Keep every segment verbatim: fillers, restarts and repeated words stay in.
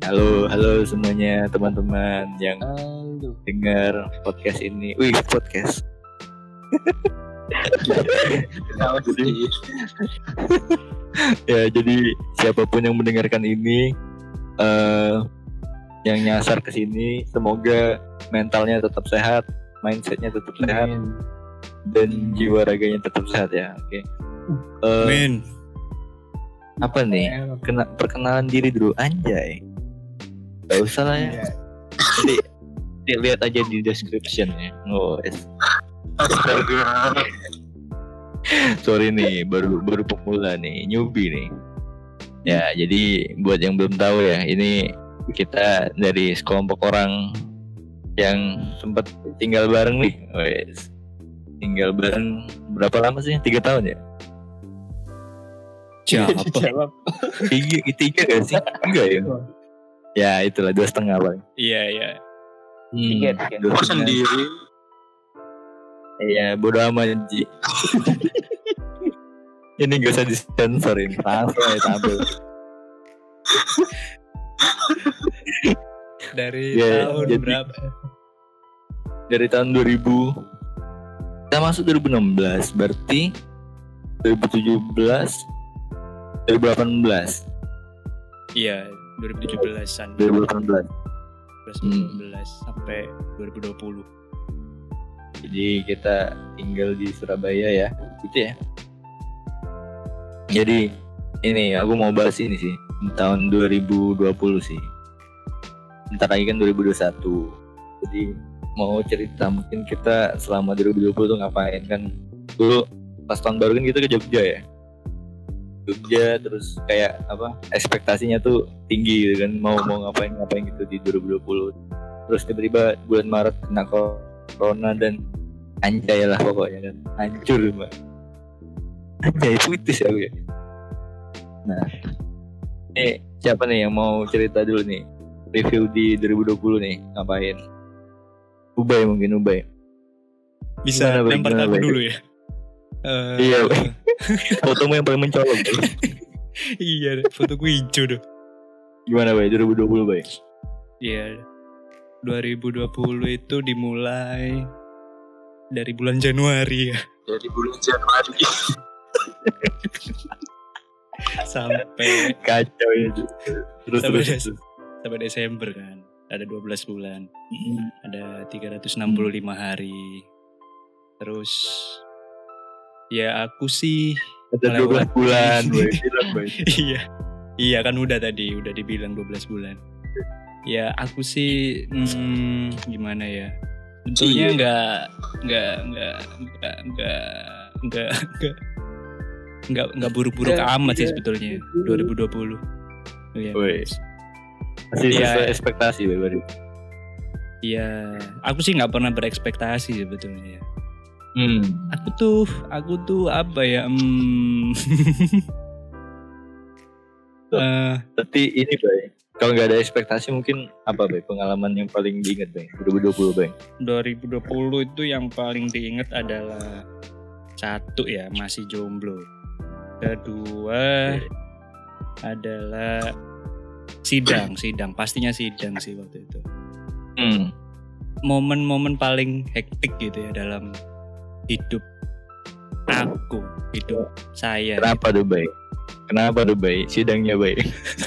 Halo, halo semuanya teman-teman yang Halo. dengar podcast ini. Wih, podcast. jadi, ya, jadi siapapun yang mendengarkan ini, uh, yang nyasar ke sini, semoga mentalnya tetap sehat, mindsetnya tetap sehat, dan jiwa raganya tetap sehat ya. Oke. Okay. Uh, Amin. Apa nih? Kena perkenalan diri dulu, anjay. Gak usah lah ya. Jadi lihat aja di description ya. Oh, yes. Astaga. Sorry nih, baru baru pemula nih, newbie nih. Ya, jadi buat yang belum tahu ya, ini kita dari sekelompok orang yang sempat tinggal bareng nih. Oh, yes. Tinggal bareng berapa lama sih? Tiga tahun ya? Siapa? Tiga, tiga gak sih? Enggak ya? Ya itulah dua setengah bang. Iya iya. Hmm, Tiga, tiga. Dua sendiri. Iya bodo amat Ji. Ini gak usah disensorin, langsung aja tampil. Dari Ya, tahun jadi- berapa? Dari tahun dua ribu kita masuk dua ribu enam belas, berarti dua ribu tujuh belas, dua ribu delapan belas, Iya, dua ribu tujuh belasan. dua ribu delapan belas. dua ribu delapan belas sampai dua ribu dua puluh. Jadi kita tinggal di Surabaya ya, gitu ya. Jadi ini aku mau bahas ini sih, tahun dua ribu dua puluh sih. Ntar lagi kan dua ribu dua puluh satu. Jadi mau cerita mungkin kita selama dua ribu dua puluh tuh ngapain kan. Dulu pas tahun baru kan kita ke Jogja ya. Jogja terus kayak apa ekspektasinya tuh tinggi gitu kan, mau mau ngapain ngapain gitu di dua ribu dua puluh. Terus tiba-tiba bulan Maret kena corona dan anjay lah pokoknya kan, hancur mbak. Anjay puitis ya gue. Nah, ini siapa nih yang mau cerita dulu nih, review di dua ribu dua puluh nih ngapain? Ubay mungkin Ubay. Bisa Gimana, Bay? lempar Gimana, aku Bay? dulu ya. Uh, Iya, Bay. Fotomu yang paling mencolok. Bay. Iya, foto gue hijau tuh. Gimana Bay dua ribu dua puluh Bay? Iya. dua ribu dua puluh itu dimulai dari bulan Januari ya. Dari bulan Januari. Sampai Kacau ya. Terus Sampai terus. des- terus. sampai Desember kan. Ada dua belas bulan. Mm. Ada tiga ratus enam puluh lima hari. Terus ya aku sih Ada dua belas melewati- bulan Bay. Bilang, Bay. Iya. Iya kan udah tadi udah dibilang dua belas bulan. Ya aku sih hmm, gimana ya? Sebetulnya Iya. nggak nggak nggak nggak nggak nggak nggak nggak nggak buruk-buruk Nggak, amat sih iya. sebetulnya dua ribu dua puluh. Iya. Woi. Masih Iya. sesuai ekspektasi Bay baru. Iya, aku sih nggak pernah berekspektasi sebetulnya. Hmm. Aku tuh, aku tuh apa ya? Hmm, eh, Tapi ini Bay, kalau nggak ada ekspektasi mungkin apa Bay pengalaman yang paling diingat Bay dua ribu dua puluh Bay? dua ribu dua puluh itu yang paling diingat adalah satu ya masih jomblo. Kedua adalah sidang, sidang pastinya sidang sih waktu itu. Hmm. Momen-momen paling hektik gitu ya dalam hidup aku, hidup saya. Kenapa tuh Bay? Kenapa tuh Bay? Sidangnya Bay.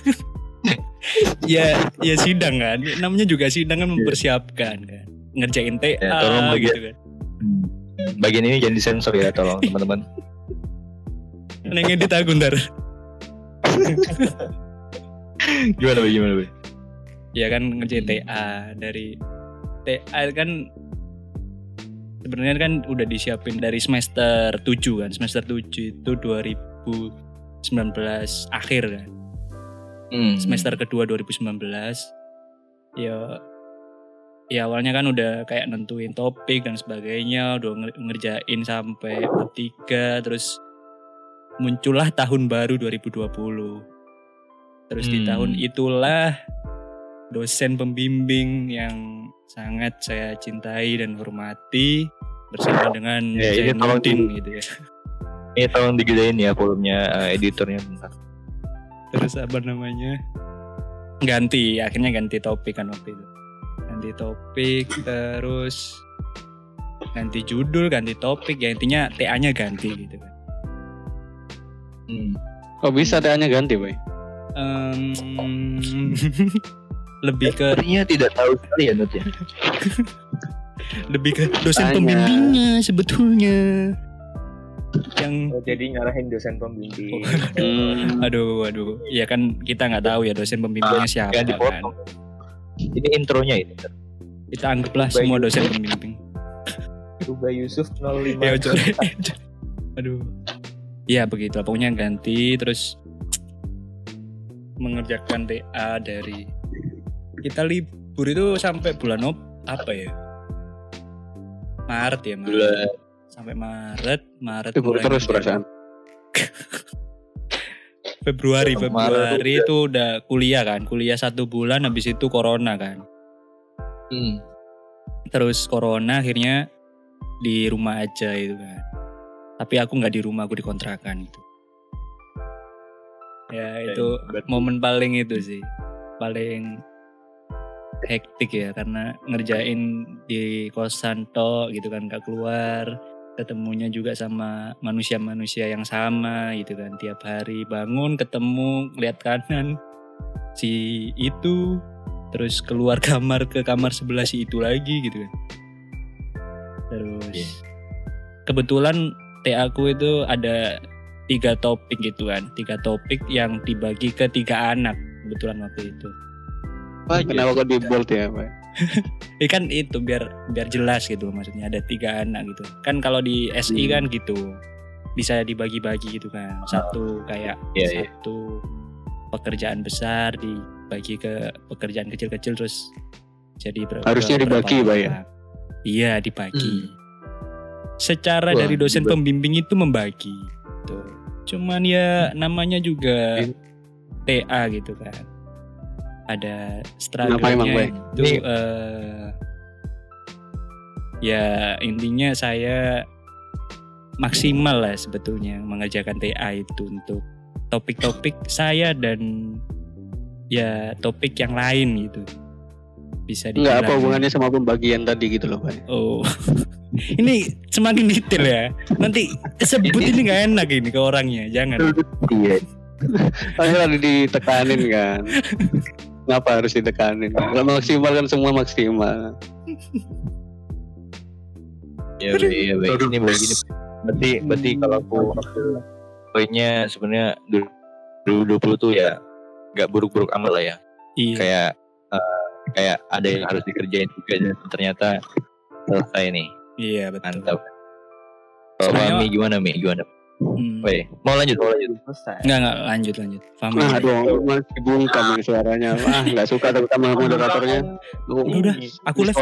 Ya, ya sidang kan. Namanya juga sidang kan mempersiapkan kan. Ngerjain T A Ya, tolong bagi- gitu kan. Hmm. Bagian ini jangan disensor ya tolong teman-teman. Neng edit aku ntar. Gimana Bay? Gimana Bay? Ya kan ngerjain T A dari T A kan sebenarnya kan udah disiapin dari semester tujuh kan. Semester tujuh itu dua ribu sembilan belas akhir kan. Hmm. Semester kedua dua ribu sembilan belas ya ya awalnya kan udah kayak nentuin topik dan sebagainya, udah nger- ngerjain sampai ketiga, terus muncullah tahun baru dua ribu dua puluh. Terus di Hmm. tahun itulah dosen pembimbing yang sangat saya cintai dan hormati bersama dengan Ya, ini tolong Zainuddin di- gitu ya. Ini tolong digedein ya volumenya uh, editornya bentar. Terus apa namanya? ganti, akhirnya ganti topik kan waktu itu. Ganti topik, terus ganti judul, ganti topik, ya intinya T A-nya ganti gitu kan. Hmm. Kok bisa T A-nya ganti, Boy? Um, lebih ke Sepertinya tidak tahu sekali ya Nut ya. lebih ke dosen Tanya. pembimbingnya sebetulnya. Yang Oh, jadi nyalahin dosen pembimbing. Hmm. aduh aduh, ya kan kita nggak tahu ya dosen pembimbingnya siapa Jangan kan. dipotong. Ini intronya ini. Kita anggaplah semua dosen pembimbing. Ubay Yusuf nol lima. Ya udah. Aduh. Ya begitu, pokoknya ganti terus mengerjakan T A dari kita libur itu sampai bulan op, apa ya? Maret ya, Maret. Bulan. Sampai Maret, Maret Libur mulai terus ngerjain. perasaan. Februari, Maret Februari udah. itu udah kuliah kan, kuliah satu bulan, habis itu corona kan. Hmm. Terus corona akhirnya di rumah aja itu kan. Tapi aku nggak di rumah, aku di kontrakan itu. Ya itu berarti- momen paling itu sih, paling hektik ya karena ngerjain di kosan tok gitu kan, gak keluar, ketemunya juga sama manusia-manusia yang sama gitu kan, tiap hari bangun ketemu, lihat kanan si itu, terus keluar kamar ke kamar sebelah si itu lagi gitu kan. Terus Iya. kebetulan T aku itu ada tiga topik gitu kan, tiga topik yang dibagi ke tiga anak kebetulan waktu itu. Apa aja? Kenapa kok di bold ya, Pak? Ya kan itu biar biar jelas gitu maksudnya, ada tiga anak gitu. Kan kalau di S I kan gitu bisa dibagi-bagi gitu kan. Satu kayak Iya, iya. satu pekerjaan besar dibagi ke pekerjaan kecil-kecil terus jadi ber- Harusnya beberapa dibagi, Pak, ya? orang. Iya, dibagi. Hmm. Secara Wah, dari dosen dibagi. pembimbing itu membagi. Tuh. Cuman ya namanya juga Iya. T A gitu kan. Ada Kenapa emang, Bay? struggle-nya itu Ini- eh, ya intinya saya maksimal lah sebetulnya mengerjakan T A itu untuk topik-topik saya dan ya topik yang lain gitu. Bisa Enggak apa dibilang- hubungannya sama pembagian tadi gitu loh, Pak. Oh, ini semakin detail ya. Nanti sebut ini nggak enak ini ke orangnya, jangan. Iya. Akhirnya tadi ditekanin kan. Kenapa harus ditekanin? Kalau maksimal kan semua maksimal. Ya baik, ya baik. Ini baik ini. Berarti berarti kalau aku poinnya sebenarnya dua ribu dua puluh tuh ya nggak buruk-buruk amat lah ya. Iya. Kayak eh, kayak ada yang harus dikerjain juga dan ternyata selesai nih. Iya betul. Mantap. Kalau Sebenarnya- Fahmi gimana Mi? Gimana? Hmm. Weh, mau lanjut, mau lanjut. Selesai. Enggak enggak lanjut lanjut. Fahmi. Nah, aduh, masih dibungkam ini suaranya. Ah, nggak suka tapi sama moderatornya. Lu- Udah, aku live.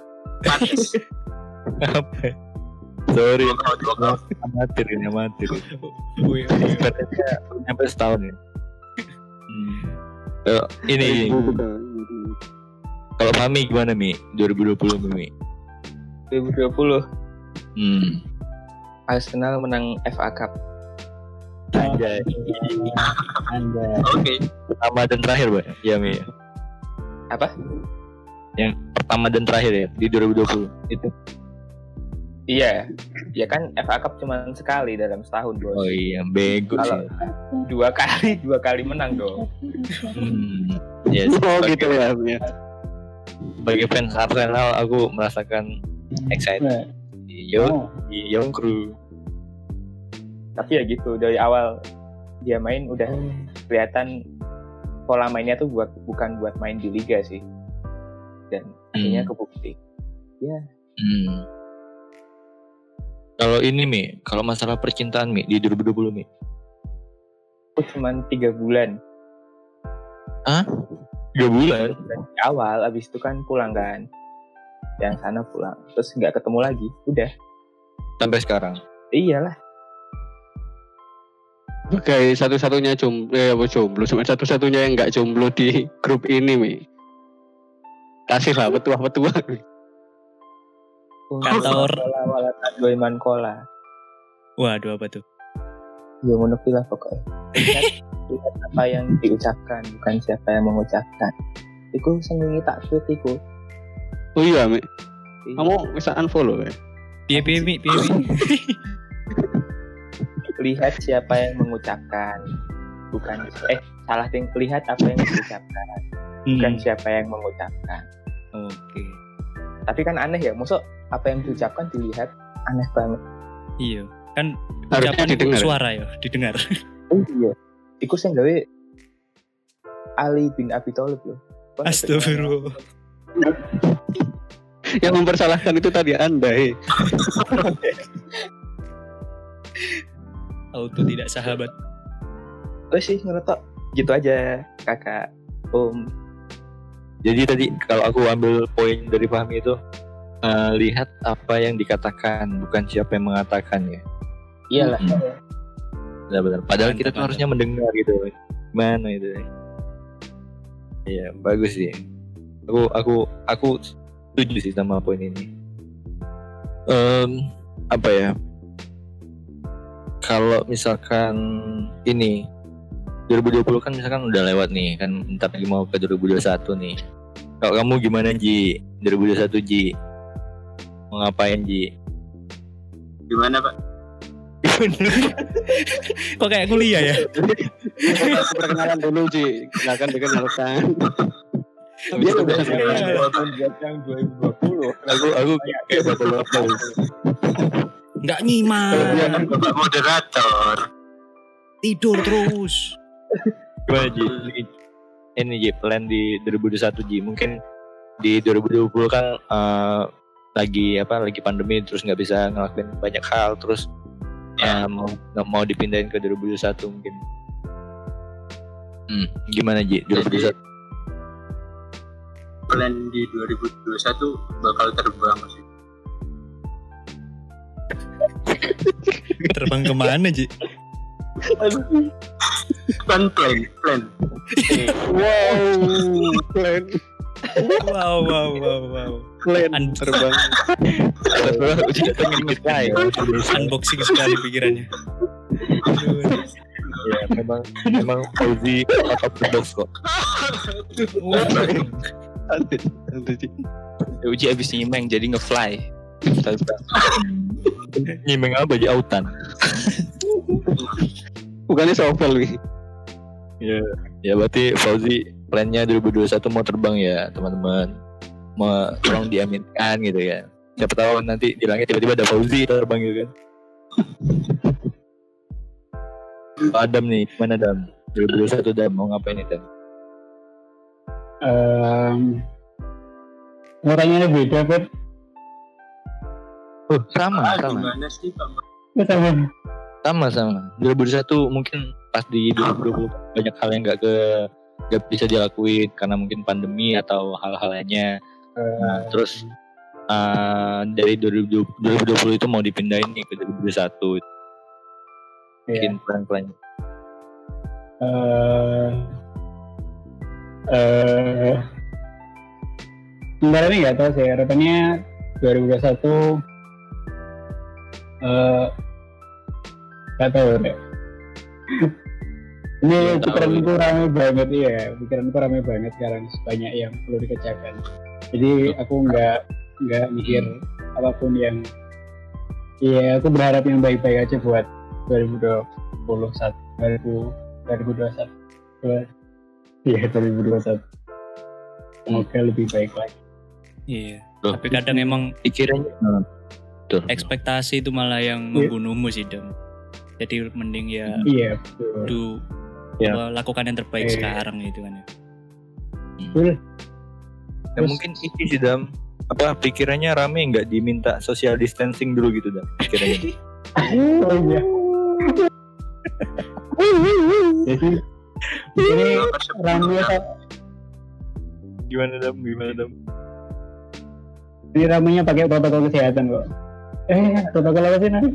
Apa? Sorry, amatir ini amatir. Wih, wih. Katanya sampai setahun ya. Hmm. Eh, ini, ini. Kalau Fahmi gimana Mi? dua ribu dua puluh Mi? dua ribu dua puluh Hmm. Arsenal menang F A Cup. Anjay. Anda. Oke. Pertama dan terakhir, Pak. Ya Mi. Apa? Yang pertama dan terakhir ya di dua ribu dua puluh itu. Iya, ya kan F A Cup cuma sekali dalam setahun, Bos. Oh iya, bego Kalau sih. dua kali, dua kali menang dong. Hmm. Yes. Oh Sebagai- gitu ya. Ya. Sebagai fans Arsenal, aku merasakan excited. Yo, Young Crew. Tapi ya gitu, dari awal dia main udah kelihatan pola mainnya tuh buat bukan buat main di liga sih. Dan akhirnya kebukti. Ya, Hmm. Kalau ini Mi, kalau masalah percintaan Mi di dua ribu dua puluh Mi. aku cuma tiga bulan. Tiga bulan. Di awal, abis itu kan pulang kan. Yang sana pulang, terus nggak ketemu lagi. Udah, Sampai sekarang. iyalah. Sebagai satu-satunya jomblo, eh apa jomblo, cuma satu-satunya yang nggak jomblo di grup ini, Mi. Kasih lah petua-petua. Kata or- Kola wala tadoi man kola. Waduh apa tuh? Ya ngono kuwi lah pokoknya. Lihat, lihat apa yang diucapkan, bukan siapa yang mengucapkan. Iku senengi tak tweet iku. Oh iya, Mi. Kamu bisa unfollow ya? Piye piye Mi, piye Mi. Lihat siapa yang mengucapkan, bukan eh salah ting lihat apa yang diucapkan, bukan Hmm. siapa yang mengucapkan. Oke. Tapi kan aneh ya, maksud apa yang diucapkan dilihat, aneh banget. Iya, kan Harusnya ucapan didengar. suara ya, didengar. Oh iya, iku sing gawe Ali bin Abi Thalib loh. Kok Astagfirullah. Yang mempersalahkan itu tadi Anda, he. Auto tidak sahabat. Oh sih ngeretok gitu aja kakak Om. Jadi tadi kalau aku ambil poin dari Fahmi itu eh, lihat apa yang dikatakan, bukan siapa yang mengatakan ya. Iyalah. Benar-benar. Padahal Mantap, kita tuh mantap. harusnya mendengar gitu. Gimana itu? Iya, bagus sih. Aku aku aku setuju sih sama poin ini. Em, apa ya? Kalau misalkan ini dua ribu dua puluh kan misalkan udah lewat nih, kan bentar lagi mau ke dua ribu dua puluh satu nih. Kalau kamu gimana Ji? dua ribu dua puluh satu Ji? Mau ngapain Ji? Gimana Pak? Kok kayak kuliah ya? Perkenalan dulu, Ji. Silakan dikenalkan. Dia udah Buat yang dua ribu dua puluh. aku aku kayak bapak-bapak. Nggak nyimak, Dia kan Bapak moderator. tidur terus. Gimana Ji? Ini, ini Ji, plan di dua ribu dua puluh satu Ji. Mungkin di dua ribu dua puluh kan eh, lagi apa? Lagi pandemi terus nggak bisa ngelakuin banyak hal, terus eh, mau nggak mau dipindahin ke dua ribu dua puluh satu mungkin. Hmm, gimana Ji? dua ribu dua puluh satu. Plan di dua ribu dua puluh satu bakal terbang sih. Terbang kemana Ji? Plan plan plan. Wow, plan, Wow wow wow wow. plan Un- terbang. Uji pengen ngekai. Unboxing sekali pikirannya. Ya, memang memang Fauzi out of the box kok. Santai, santai, Ji. Uji abis nyimeng jadi ngefly. Nyimeng apa Ji? Autan. Bukannya sovel, Wi. Ya, ya berarti Fauzi plannya dua ribu dua puluh satu mau terbang ya teman-teman. Mau tolong diaminkan gitu ya. Siapa tahu nanti di langit tiba-tiba ada Fauzi terbang gitu kan. Pak Adam nih, mana Adam? dua ribu dua puluh satu Adam mau ngapain nih Adam? Um, Orangnya beda, Pak. Oh, sama, Ah, sama. gimana sih Pak? Sama. Sama sama. dua ribu dua puluh satu mungkin pas di dua ribu dua puluh banyak hal yang nggak ke nggak bisa dilakuin karena mungkin pandemi atau hal-hal lainnya. Nah, terus uh, dari dua ribu dua puluh itu mau dipindahin nih ke dua ribu dua puluh satu. Mungkin pelan-pelan. Eh, eh, sebenarnya nggak tahu sih. Harapannya dua ribu dua puluh satu eh nggak tahu deh. Ini Nggak tahu, pikiranku rame banget ya. Pikiranku rame banget sekarang, banyak yang perlu dikerjakan. Jadi aku nggak nggak mikir apapun yang. Iya, aku berharap yang baik-baik aja buat dua ribu dua puluh satu, dua ribu dua ribu dua puluh satu. Iya, dua ribu dua puluh satu. Semoga lebih baik lagi. Iya. Loh. Tapi kadang emang Pikirannya betul. ekspektasi itu malah yang Iya. membunuhmu sih Dam. Jadi mending ya Iya, betul. do Ya. apa, lakukan yang terbaik Iya. sekarang gitu kan ya. Betul. Ya, mungkin ini sih Dam. Apa pikirannya rame nggak diminta social distancing dulu gitu Dam? Pikirannya. Oh iya. Jadi ini ramenya Gimana Dam? Gimana Dam? ini ramenya pakai protokol kesehatan kok. Eh, protokol apa sih nanti?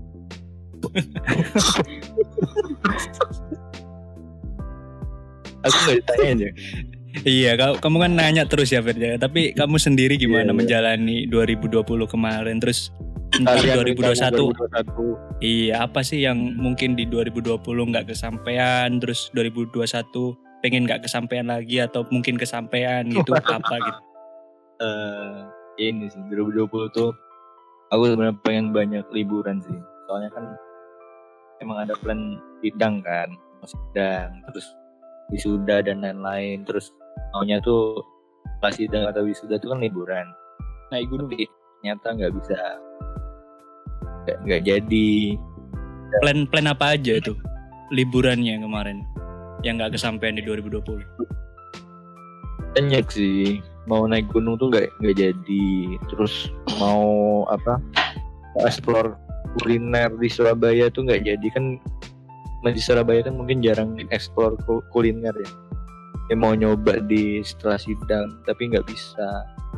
Aku nggak ditanya aja. Iya, kau- kamu kan nanya terus ya Firja. Tapi kamu sendiri gimana Iya, iya. menjalani dua ribu dua puluh kemarin? Terus Entah Kalian dua ribu dua puluh satu. dua ribu dua puluh satu. Iya, apa sih yang mungkin di dua ribu dua puluh nggak kesampaian, terus dua ribu dua puluh satu pengen nggak kesampaian lagi atau mungkin kesampaian gitu apa gitu? Eh ini sih dua ribu dua puluh tuh aku sebenarnya pengen banyak liburan sih. Soalnya kan emang ada plan sidang kan, sidang terus wisuda dan lain-lain. Terus maunya tuh pas sidang atau wisuda tuh kan liburan. Naik gunung. Tapi ternyata nggak bisa, nggak nggak jadi. Plan-plan apa aja itu liburannya kemarin yang nggak kesampaian di dua ribu dua puluh? Banyak sih, mau naik gunung tuh nggak nggak jadi. Terus mau apa explore kuliner di Surabaya tuh nggak jadi kan. Di Surabaya kan mungkin jarang explore kuliner ya. Ya mau nyoba di setelah sidang tapi nggak bisa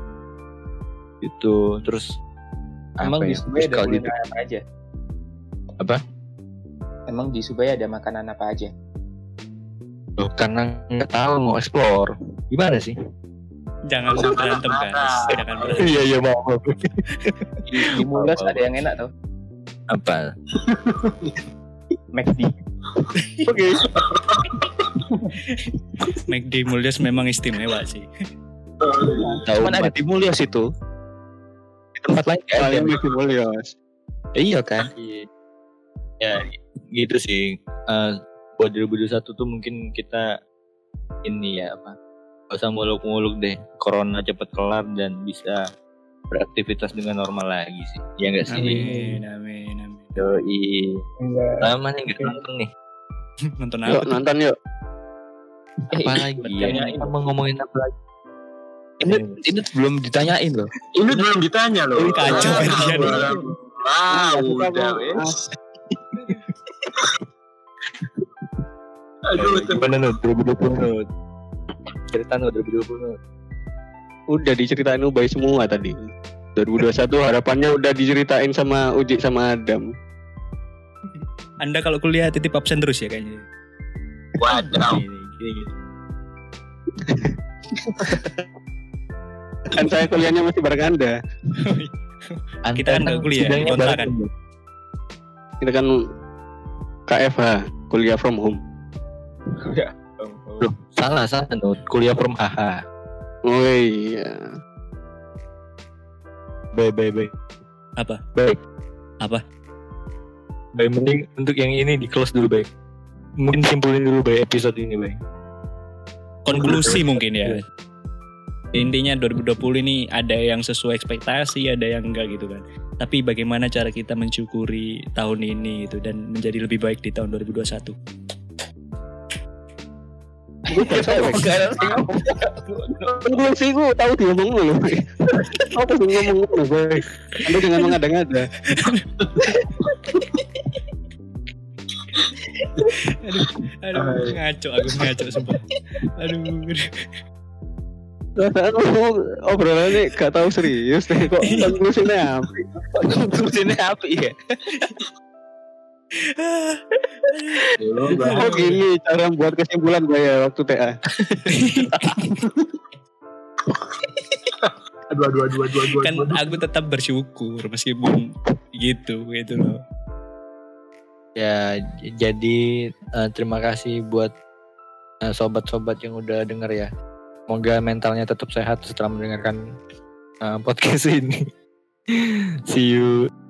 gitu. Terus Emang apa di ya? Surabaya ada Sekali kuliner apa aja? Apa? Emang di Surabaya ada makanan apa aja? Loh, karena nggak tahu mau explore gimana sih? Jangan berantem kan, jangan berantem. Iya iya mau. Di, di Mulas ada yang enak tau? Apa? McD. Oke. McD Muldes memang istimewa sih. Tahu Cuman ada di Mulyas itu. Di tempat lain nggak ada. Kalian masih Mulyas. Iya kan? Iya. Ya gitu sih. Uh, buat dua ribu dua puluh satu tuh mungkin kita ini ya apa? Gak usah muluk-muluk deh. Corona cepet kelar dan bisa beraktivitas dengan normal lagi sih. Ya enggak sih? Amin, amin, amin. Yoi. Enggak. Lama nih nggak nonton nih. Nonton Yuk apa? nonton yuk. Apa lagi? Ya? Kita mau ngomongin apa lagi? Ini ini belum ditanyain loh. Ini belum ditanya loh. Kacau, Ah, Ferdian. Ah, Aku udah tahu. wes. Aduh, Eh, gimana Nut? dua ribu dua puluh Nut? Cerita Nut dua ribu dua puluh Nut. Udah diceritain Ubay semua tadi. dua ribu dua puluh satu harapannya udah diceritain sama Uji sama Adam. Anda kalau kuliah titip absen terus ya kayaknya. wadaw. Gini, gini, gini. Kan saya kuliahnya masih bareng Anda. Kita kan nggak kuliah, sidangnya kontra bareng. kan? Kita kan K F H, kuliah from home. Loh, salah salah Nut. Kuliah from H H. Oh iya. Bye bye bye. Apa? Baik. Apa? Baik, mending untuk yang ini di close dulu baik. Mungkin simpulin dulu baik episode ini baik. Konklusi mungkin ya. Intinya dua ribu dua puluh ini ada yang sesuai ekspektasi, ada yang enggak gitu kan. Tapi bagaimana cara kita mensyukuri tahun ini itu dan menjadi lebih baik di tahun dua ribu dua puluh satu. Konklusi gue tahu dia ngomong mulu. Apa sih ngomong mulu, Boy? Anda jangan mengada-ngada. Aduh, aduh ngaco aku ngaco sumpah. Aduh. Perasaan lu obrolan ini gak tahu serius deh. Kok konklusinya apa? Konklusinya apa ya? Oh gini cara buat kesimpulan gue ya waktu T A. Aduh, aduh, aduh, aduh, aduh. Kan aduh. aku tetap bersyukur meskipun gitu gitu loh. Ya j- jadi eh, terima kasih buat eh, sobat-sobat yang udah denger ya. Semoga mentalnya tetap sehat setelah mendengarkan eh, podcast ini. See you.